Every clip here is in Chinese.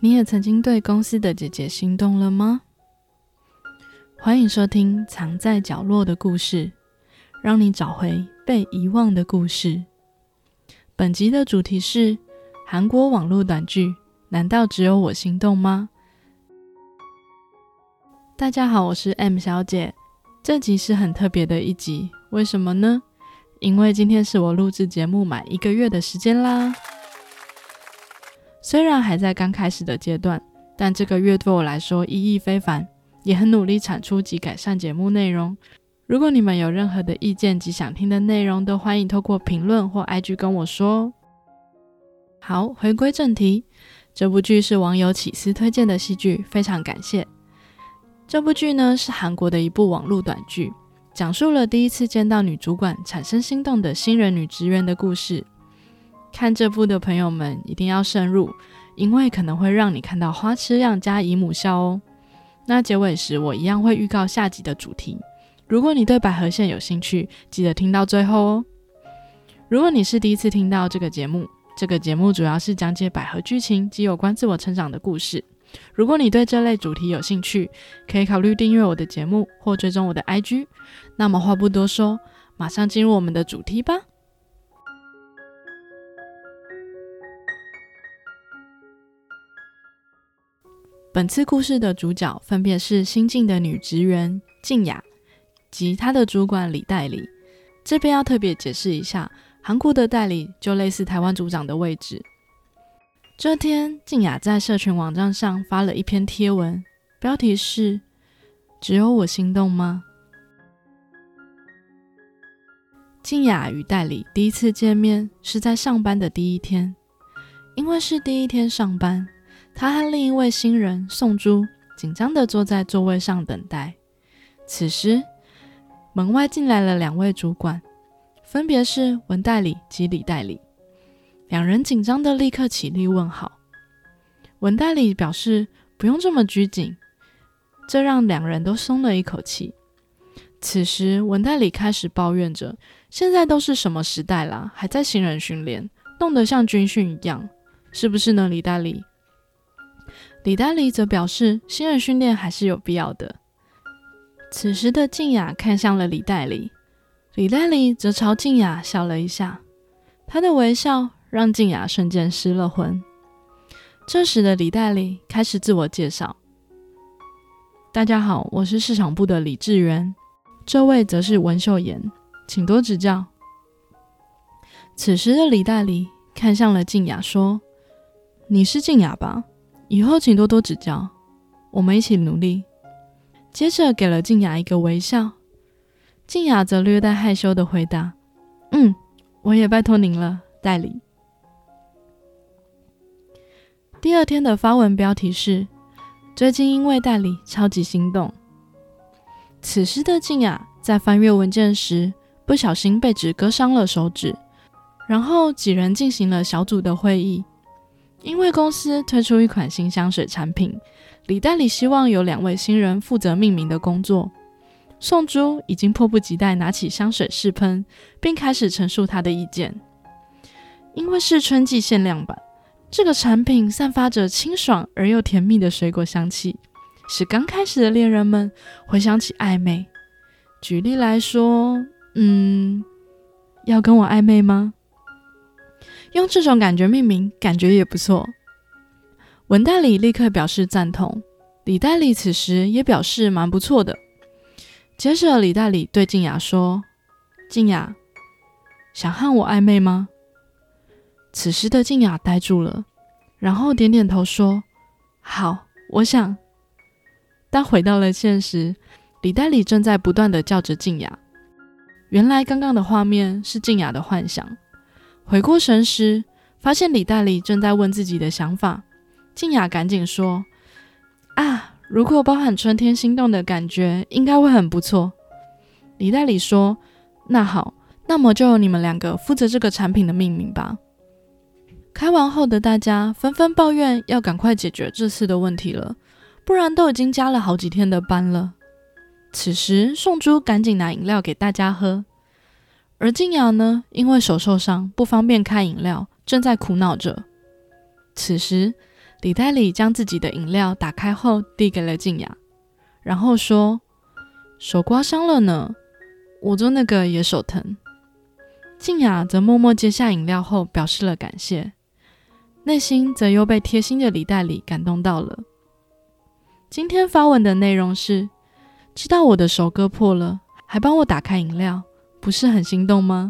你也曾经对公司的姐姐心动了吗？欢迎收听《藏在角落的故事》，让你找回被遗忘的故事。本集的主题是韩国网络短剧，难道只有我心动吗？大家好，我是 M 小姐。这集是很特别的一集，为什么呢？因为今天是我录制节目满1个月的时间啦。虽然还在刚开始的阶段，但这个月对我来说意义非凡，也很努力产出及改善节目内容。如果你们有任何的意见及想听的内容，都欢迎透过评论或 IG 跟我说。好，回归正题，这部剧是网友启思推荐的戏剧，非常感谢。这部剧呢是韩国的一部网络短剧，讲述了第一次见到女主管产生心动的新人女职员的故事。看这部的朋友们一定要慎入，因为可能会让你看到花痴样加姨母笑哦。那结尾时我一样会预告下集的主题，如果你对百合线有兴趣，记得听到最后哦。如果你是第一次听到这个节目主要是讲解百合剧情及有关自我成长的故事。如果你对这类主题有兴趣，可以考虑订阅我的节目或追踪我的 IG。 那么话不多说，马上进入我们的主题吧。本次故事的主角分别是新进的女职员静雅及她的主管李代理。这边要特别解释一下，韩国的代理就类似台湾组长的位置。这天，静雅在社群网站上发了一篇贴文，标题是只有我心动吗？静雅与代理第一次见面是在上班的第一天。因为是第一天上班，她和另一位新人宋珠紧张地坐在座位上等待。此时门外进来了2位主管，分别是文代理及李代理。2人紧张的立刻起立问好。文代理表示不用这么拘谨，这让2人都松了一口气。此时文代理开始抱怨着，现在都是什么时代啦，还在新人训练，弄得像军训一样，是不是呢？李代理则表示新人训练还是有必要的。此时的静雅看向了李代理，李代理则朝静雅笑了一下，他的微笑让静雅瞬间失了魂。这时的李代理开始自我介绍，大家好，我是市场部的李智元，这位则是文秀妍，请多指教。此时的李代理看向了静雅说，你是静雅吧？以后请多多指教，我们一起努力。接着给了静雅一个微笑，静雅则略带害羞的回答，我也拜托您了，代理。第2天的发文标题是最近因为代理超级心动。此时的静雅在翻阅文件时不小心被纸割伤了手指，然后几人进行了小组的会议。因为公司推出一款新香水产品，李代理希望有2位新人负责命名的工作。宋珠已经迫不及待拿起香水试喷，并开始陈述她的意见。因为是春季限量版，这个产品散发着清爽而又甜蜜的水果香气，使刚开始的恋人们回想起暧昧。举例来说，要跟我暧昧吗？用这种感觉命名，感觉也不错。文代理立刻表示赞同，李代理此时也表示蛮不错的。接着李代理对静雅说，静雅，想和我暧昧吗？此时的静雅呆住了，然后点点头说，好，我想。但回到了现实，李代理正在不断地叫着静雅。原来刚刚的画面是静雅的幻想。回过神时，发现李代理正在问自己的想法。静雅赶紧说，如果包含春天心动的感觉，应该会很不错。李代理说，那好，那么就由你们2个负责这个产品的命名吧。开完后的大家纷纷抱怨要赶快解决这次的问题了，不然都已经加了好几天的班了。此时宋珠赶紧拿饮料给大家喝，而静雅呢，因为手受伤不方便开饮料，正在苦恼着。此时李代理将自己的饮料打开后递给了静雅，然后说：手刮伤了呢，我做那个也手疼。静雅则默默接下饮料后表示了感谢，内心则又被贴心的李代理感动到了。今天发文的内容是：知道我的手割破了，还帮我打开饮料，不是很心动吗？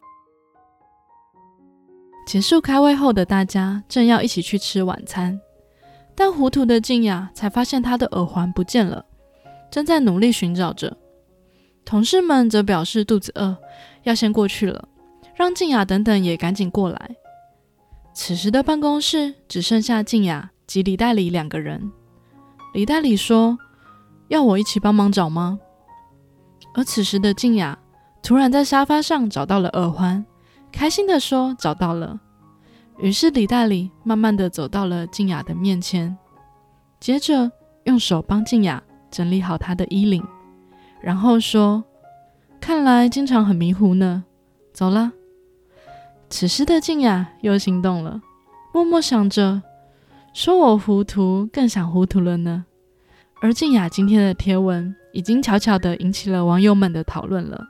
结束开会后的大家正要一起去吃晚餐，但糊涂的静雅才发现她的耳环不见了，正在努力寻找着。同事们则表示肚子饿，要先过去了，让静雅等等也赶紧过来。此时的办公室只剩下静雅及李代理2个人。李代理说：要我一起帮忙找吗？而此时的静雅突然在沙发上找到了耳环，开心地说找到了。于是李代理慢慢地走到了静雅的面前，接着用手帮静雅整理好她的衣领，然后说：看来经常很迷糊呢，走啦。此时的静雅又心动了，默默想着，说我糊涂更想糊涂了呢。而静雅今天的贴文已经悄悄地引起了网友们的讨论了。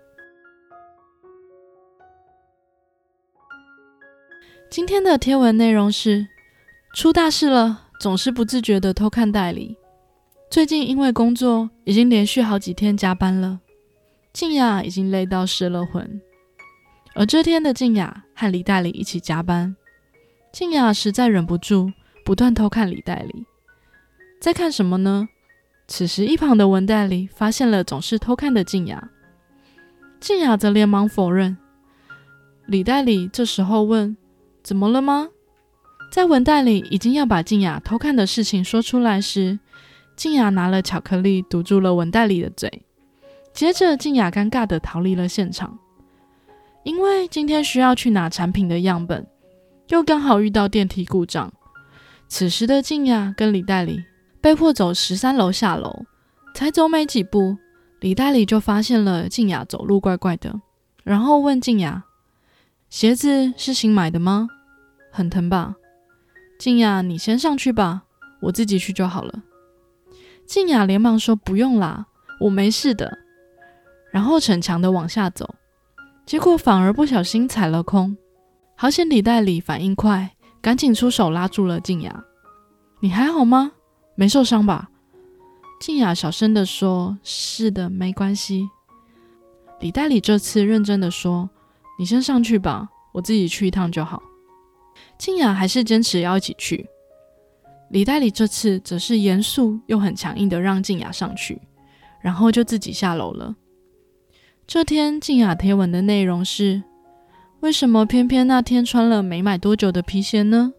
今天的贴文内容是：出大事了，总是不自觉地偷看代理。最近因为工作已经连续好几天加班了，静雅已经累到失了魂。而这天的静雅和李代理一起加班，静雅实在忍不住不断偷看李代理。在看什么呢？此时一旁的文代理发现了总是偷看的静雅，静雅则连忙否认。李代理这时候问：怎么了吗？在文代理已经要把静雅偷看的事情说出来时，静雅拿了巧克力堵住了文代理的嘴，接着静雅尴尬地逃离了现场。因为今天需要去拿产品的样本，又刚好遇到电梯故障，此时的静雅跟李代理被迫走13楼下楼，才走没几步，李代理就发现了静雅走路怪怪的，然后问静雅：鞋子是新买的吗？很疼吧？静雅，你先上去吧，我自己去就好了。静雅连忙说：不用啦，我没事的。然后逞强的往下走，结果反而不小心踩了空。好险李代理反应快，赶紧出手拉住了静雅。你还好吗？没受伤吧？静雅小声地说：是的，没关系。李代理这次认真地说：你先上去吧，我自己去一趟就好。静雅还是坚持要一起去。李代理这次则是严肃又很强硬的让静雅上去，然后就自己下楼了。这天静雅贴文的内容是：为什么偏偏那天穿了没买多久的皮鞋呢？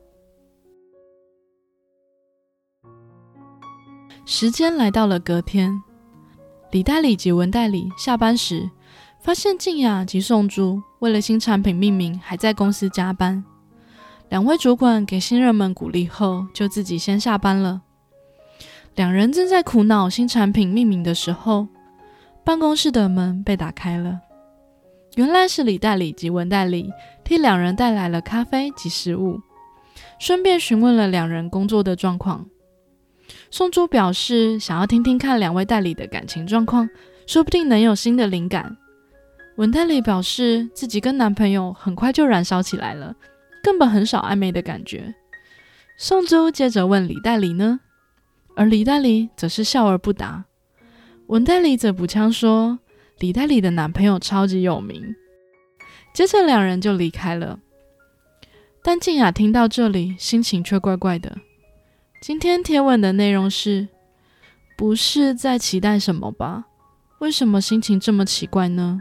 时间来到了隔天，李代理及文代理下班时发现静雅及宋珠为了新产品命名还在公司加班。2位主管给新人们鼓励后，就自己先下班了。2人正在苦恼新产品命名的时候，办公室的门被打开了。原来是李代理及文代理替2人带来了咖啡及食物，顺便询问了2人工作的状况。宋珠表示想要听听看2位代理的感情状况，说不定能有新的灵感。文代理表示自己跟男朋友很快就燃烧起来了，根本很少暧昧的感觉。宋珠接着问李代理呢，而李代理则是笑而不答。文代理则补枪说李代理的男朋友超级有名。接着2人就离开了。但静雅听到这里，心情却怪怪的。今天贴文的内容是：不是在期待什么吧？为什么心情这么奇怪呢？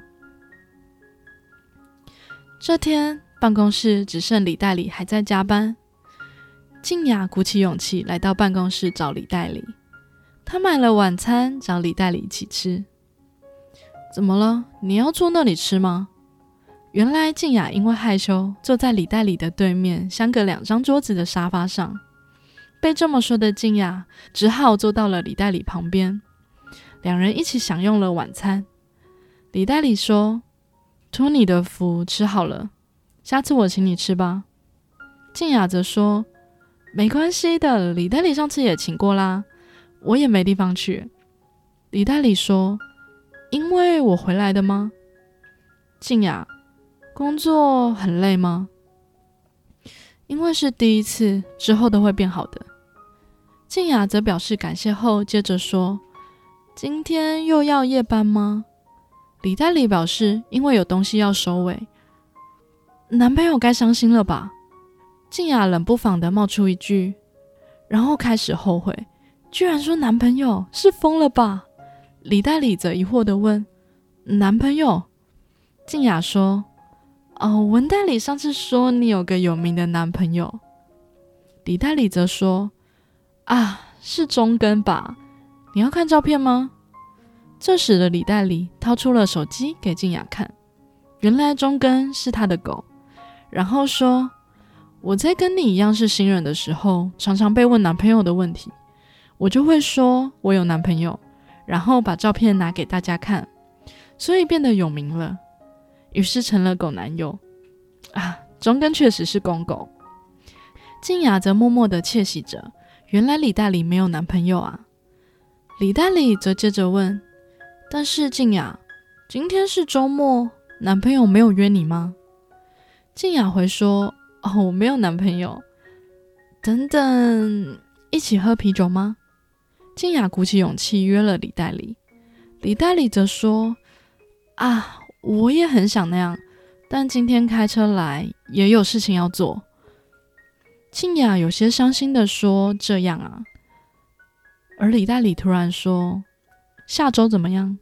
这天办公室只剩李代理还在加班。静雅鼓起勇气来到办公室找李代理，她买了晚餐找李代理一起吃。怎么了？你要坐那里吃吗？原来静雅因为害羞，坐在李代理的对面，相隔2张桌子的沙发上。被这么说的静雅只好坐到了李代理旁边，2人一起享用了晚餐。李代理说：托你的福，吃好了，下次我请你吃吧。静雅则说： 没关系的，李代理上次也请过啦，我也没地方去。李代理说，因为我回来的吗？静雅，工作很累吗？因为是第一次，之后都会变好的。静雅则表示感谢后，接着说，今天又要夜班吗？李代理表示，因为有东西要收尾。男朋友该伤心了吧？静雅冷不防地冒出一句，然后开始后悔，居然说男朋友，是疯了吧？李代理则疑惑地问，男朋友？静雅说，文代理上次说你有个有名的男朋友。李代理则说，是中根吧？你要看照片吗？这时的李代理掏出了手机给静雅看，原来中根是他的狗，然后说，我在跟你一样是新人的时候，常常被问男朋友的问题，我就会说我有男朋友，然后把照片拿给大家看，所以变得有名了，于是成了狗男友。中根确实是公狗。静雅则默默地窃喜着，原来李代理没有男朋友啊。李代理则接着问，但是静雅，今天是周末，男朋友没有约你吗？静雅回说，我没有男朋友。等等，一起喝啤酒吗？静雅鼓起勇气约了李代理。李代理则说，我也很想那样，但今天开车来也有事情要做。静雅有些伤心地说，这样啊。而李代理突然说，下周怎么样？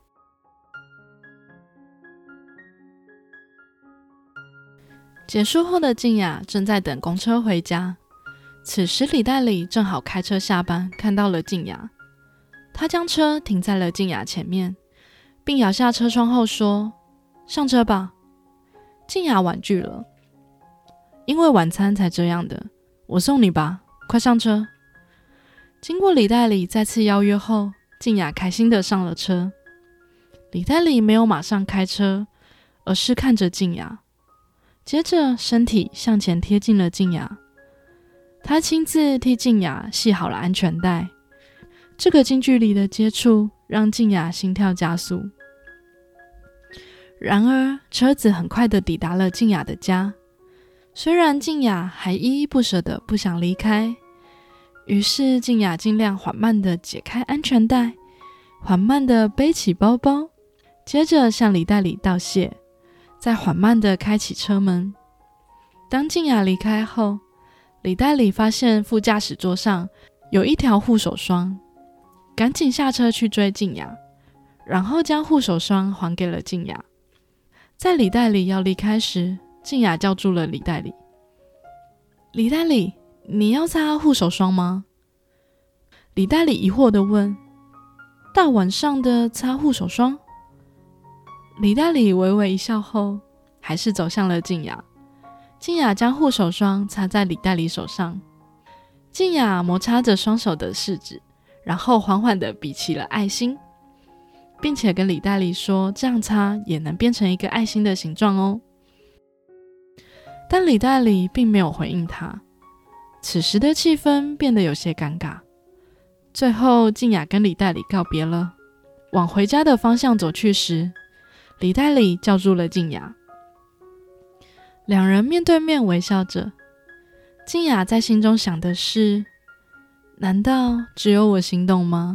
结束后的静雅正在等公车回家，此时李代理正好开车下班，看到了静雅，他将车停在了静雅前面，并摇下车窗后说，上车吧。静雅婉拒了，因为晚餐才这样的，我送你吧，快上车。经过李代理再次邀约后，静雅开心地上了车。李代理没有马上开车，而是看着静雅，接着身体向前贴近了静雅，他亲自替静雅系好了安全带。这个近距离的接触让静雅心跳加速。然而车子很快地抵达了静雅的家，虽然静雅还依依不舍地不想离开，于是静雅尽量缓慢地解开安全带，缓慢地背起包包，接着向李代理道谢，再缓慢地开启车门。当静雅离开后，李代理发现副驾驶座上有一条护手霜，赶紧下车去追静雅，然后将护手霜还给了静雅。在李代理要离开时，静雅叫住了李代理，李代理，你要擦护手霜吗？李代理疑惑地问，大晚上的擦护手霜？李代理微微一笑后，还是走向了静雅。静雅将护手霜擦在李代理手上，静雅摩擦着双手的食指，然后缓缓地比起了爱心，并且跟李代理说，这样擦也能变成一个爱心的形状哦。但李代理并没有回应他，此时的气氛变得有些尴尬。最后静雅跟李代理告别了，往回家的方向走去时，李代理叫住了静雅。两人面对面微笑着，静雅在心中想的是，难道只有我心动吗？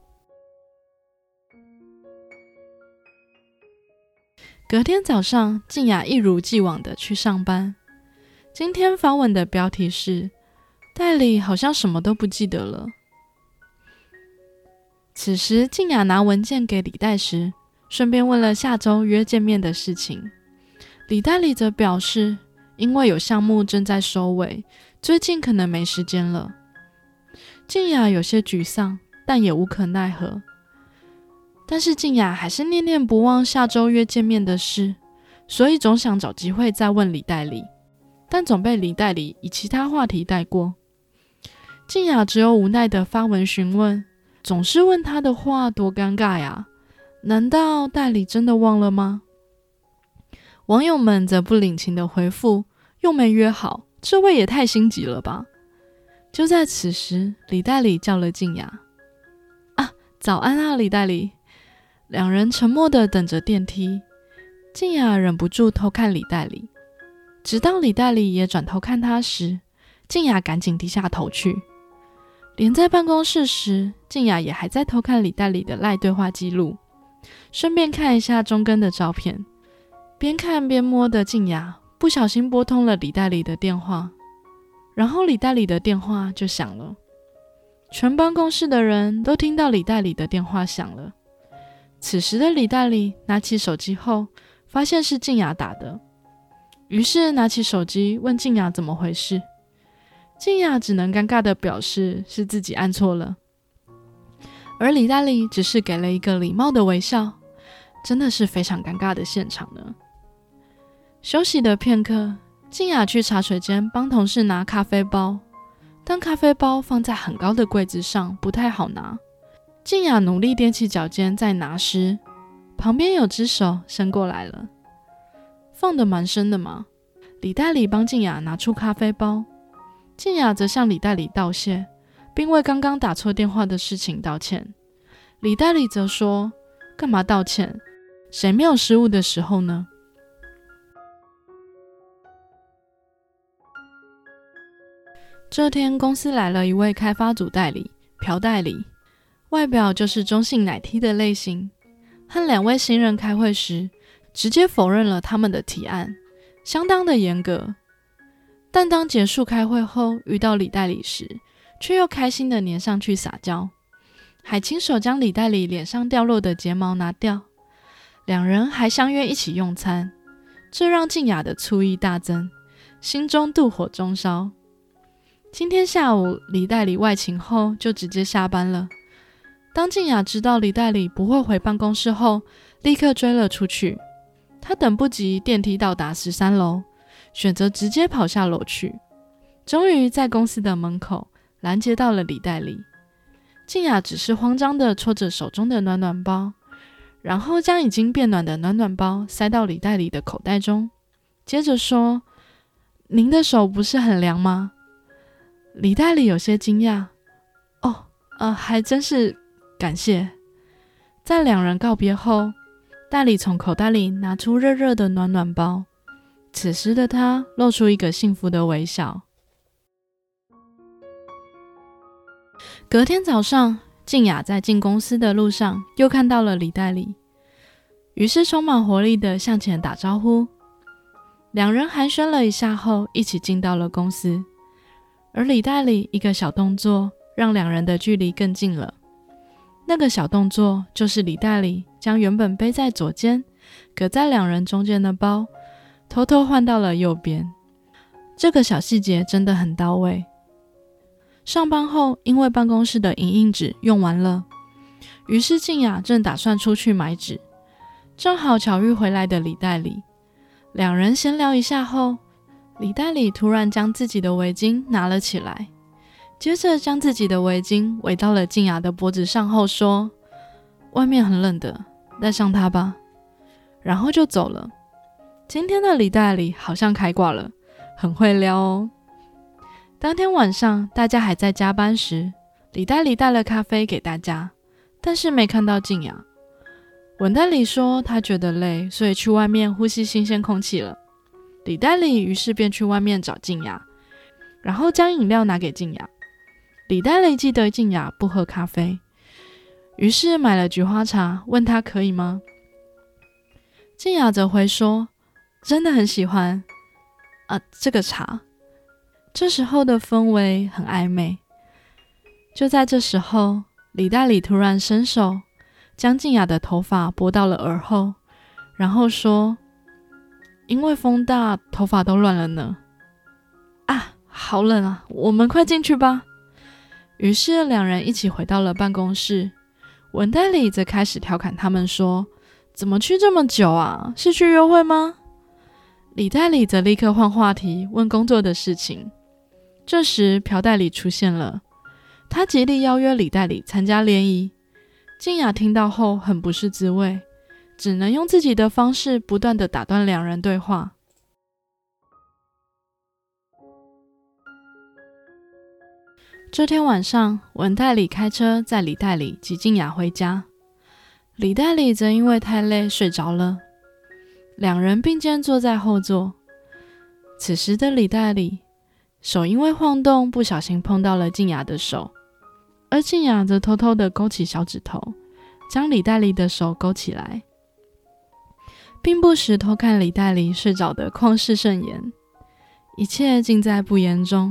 隔天早上，静雅一如既往的去上班。今天发文的标题是，代理好像什么都不记得了。此时静雅拿文件给李代时，顺便问了下周约见面的事情。李代理则表示，因为有项目正在收尾，最近可能没时间了。静雅有些沮丧，但也无可奈何。但是静雅还是念念不忘下周约见面的事，所以总想找机会再问李代理，但总被李代理以其他话题带过。静雅只有无奈的发文询问，总是问他的话多尴尬呀，难道代理真的忘了吗？网友们则不领情的回复，又没约好，这位也太心急了吧。 就在此时，李代理叫了静雅。啊，早安啊，李代理。两人沉默地等着电梯。静雅忍不住偷看李代理，直到李代理也转头看她时，静雅赶紧低下头去。连在办公室时，静雅也还在偷看李代理的赖对话记录，顺便看一下中根的照片。边看边摸的静雅不小心拨通了李代理的电话，然后李代理的电话就响了。全办公室的人都听到李代理的电话响了。此时的李代理拿起手机后，发现是静雅打的，于是拿起手机问静雅怎么回事。静雅只能尴尬地表示是自己按错了，而李代理只是给了一个礼貌的微笑，真的是非常尴尬的现场呢。休息的片刻，静雅去茶水间帮同事拿咖啡包，但咖啡包放在很高的柜子上，不太好拿。静雅努力踮起脚尖在拿时，旁边有只手伸过来了，放得蛮深的嘛。李代理帮静雅拿出咖啡包，静雅则向李代理道谢，并为刚刚打错电话的事情道歉。李代理则说，干嘛道歉？谁没有失误的时候呢？这天公司来了一位开发组代理朴代理，外表就是中性奶 T 的类型。和两位新人开会时，直接否认了他们的提案，相当的严格。但当结束开会后遇到李代理时，却又开心的黏上去撒娇，还亲手将李代理脸上掉落的睫毛拿掉。两人还相约一起用餐，这让静雅的醋意大增，心中妒火中烧。今天下午李代理外勤后就直接下班了。当静雅知道李代理不会回办公室后，立刻追了出去。她等不及电梯到达13楼，选择直接跑下楼去。终于在公司的门口拦截到了李代理。静雅只是慌张地戳着手中的暖暖包，然后将已经变暖的暖暖包塞到李代理的口袋中，接着说，您的手不是很凉吗？李代理有些惊讶，还真是感谢。在两人告别后，代理从口袋里拿出热热的暖暖包，此时的他露出一个幸福的微笑。隔天早上，静雅在进公司的路上又看到了李代理，于是充满活力地向前打招呼。两人寒暄了一下后，一起进到了公司。而李代理一个小动作让两人的距离更近了。那个小动作就是李代理将原本背在左肩隔在两人中间的包偷偷换到了右边。这个小细节真的很到位。上班后因为办公室的影印纸用完了，于是静雅正打算出去买纸，正好巧遇回来的李代理。两人闲聊一下后，李代理突然将自己的围巾拿了起来，接着将自己的围巾围到了静雅的脖子上后说，外面很冷的，带上它吧，然后就走了。今天的李代理好像开挂了，很会撩哦。当天晚上大家还在加班时，李代理带了咖啡给大家，但是没看到静雅。文代理说他觉得累，所以去外面呼吸新鲜空气了。李代理于是便去外面找静雅，然后将饮料拿给静雅。李代理记得静雅不喝咖啡，于是买了菊花茶，问她可以吗？静雅则回说，真的很喜欢这个茶。这时候的氛围很暧昧。就在这时候，李代理突然伸手将静雅的头发拨到了耳后，然后说，因为风大，头发都乱了呢。好冷啊，我们快进去吧。于是两人一起回到了办公室。文代理则开始调侃他们说，怎么去这么久啊？是去约会吗？李代理则立刻换话题，问工作的事情。这时朴代理出现了，他极力邀约李代理参加联谊。静雅听到后很不是滋味，只能用自己的方式不断地打断两人对话。 这天晚上，文代理开车载李代理及静雅回家，李代理则因为太累睡着了，两人并肩坐在后座。此时的李代理手因为晃动不小心碰到了静雅的手，而静雅则偷偷地勾起小指头，将李代理的手勾起来，并不时偷看李代理睡着的旷世盛颜，一切尽在不言中。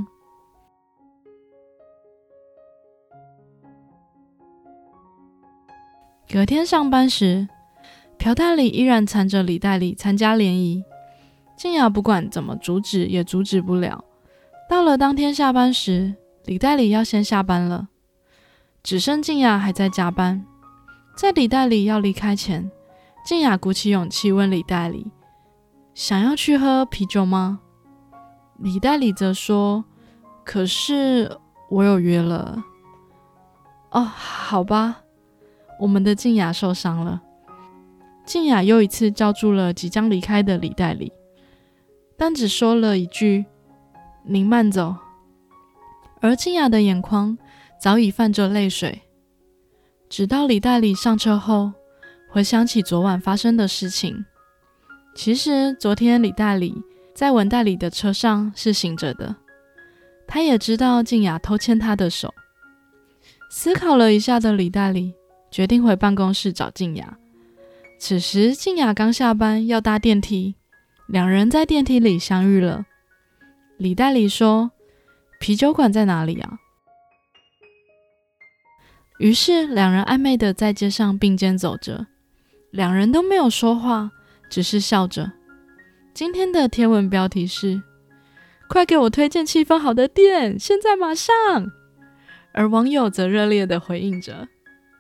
隔天上班时，朴代理依然缠着李代理参加联谊，静雅不管怎么阻止也阻止不了。到了当天下班时，李代理要先下班了，只剩静雅还在加班。在李代理要离开前，静雅鼓起勇气问李代理，想要去喝啤酒吗？李代理则说，可是我有约了。哦，好吧。我们的静雅受伤了。静雅又一次叫住了即将离开的李代理，但只说了一句，您慢走。而静雅的眼眶早已泛着泪水。直到李代理上车后，回想起昨晚发生的事情。其实昨天李代理在文代理的车上是醒着的，他也知道静雅偷牵他的手。思考了一下的李代理决定回办公室找静雅。此时静雅刚下班要搭电梯，两人在电梯里相遇了。李代理说，啤酒馆在哪里啊？于是两人暧昧的在街上并肩走着，两人都没有说话，只是笑着。今天的贴文标题是，快给我推荐气氛好的店，现在马上！而网友则热烈的回应着。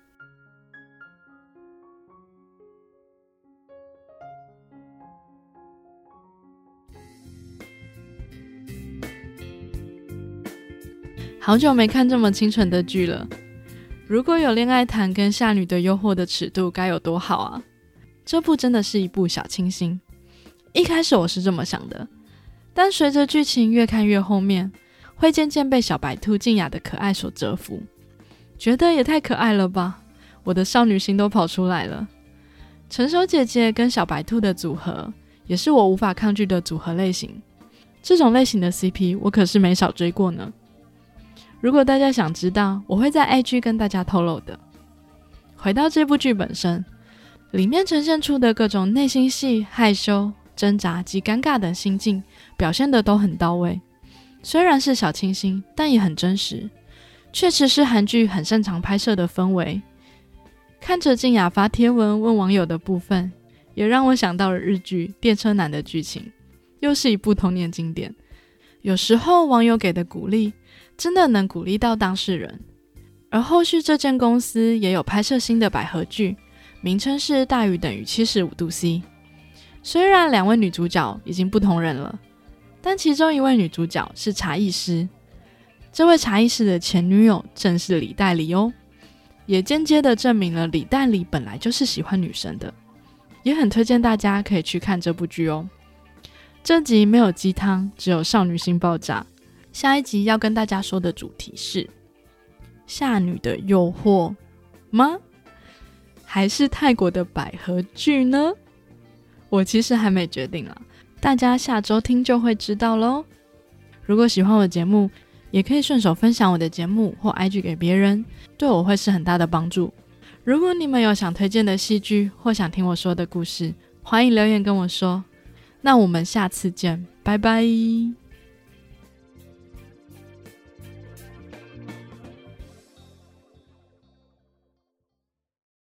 好久没看这么清纯的剧了，如果有恋爱谈跟夏女的诱惑的尺度该有多好啊！这部真的是一部小清新。一开始我是这么想的，但随着剧情越看越后面，会渐渐被小白兔静雅的可爱所折服，觉得也太可爱了吧，我的少女心都跑出来了。成熟姐姐跟小白兔的组合也是我无法抗拒的组合类型，这种类型的 CP 我可是没少追过呢。如果大家想知道，我会在 IG 跟大家透露的。回到这部剧本身，里面呈现出的各种内心戏、害羞、挣扎及尴尬的心境表现得都很到位。虽然是小清新，但也很真实，确实是韩剧很擅长拍摄的氛围。看着静雅发贴文问网友的部分，也让我想到了日剧《电车男》的剧情，又是一部童年经典。有时候网友给的鼓励真的能鼓励到当事人。而后续这间公司也有拍摄新的百合剧，名称是大于等于75度 C。 虽然两位女主角已经不同人了，但其中一位女主角是茶艺师，这位茶艺师的前女友正是李代理哦，也间接的证明了李代理本来就是喜欢女生的，也很推荐大家可以去看这部剧哦。这集没有鸡汤，只有少女心爆炸。下一集要跟大家说的主题是夏女的诱惑吗？还是泰国的百合剧呢？我其实还没决定啦，大家下周听就会知道咯。如果喜欢我的节目，也可以顺手分享我的节目或 IG 给别人，对我会是很大的帮助。如果你们有想推荐的戏剧或想听我说的故事，欢迎留言跟我说。那我们下次见，拜拜。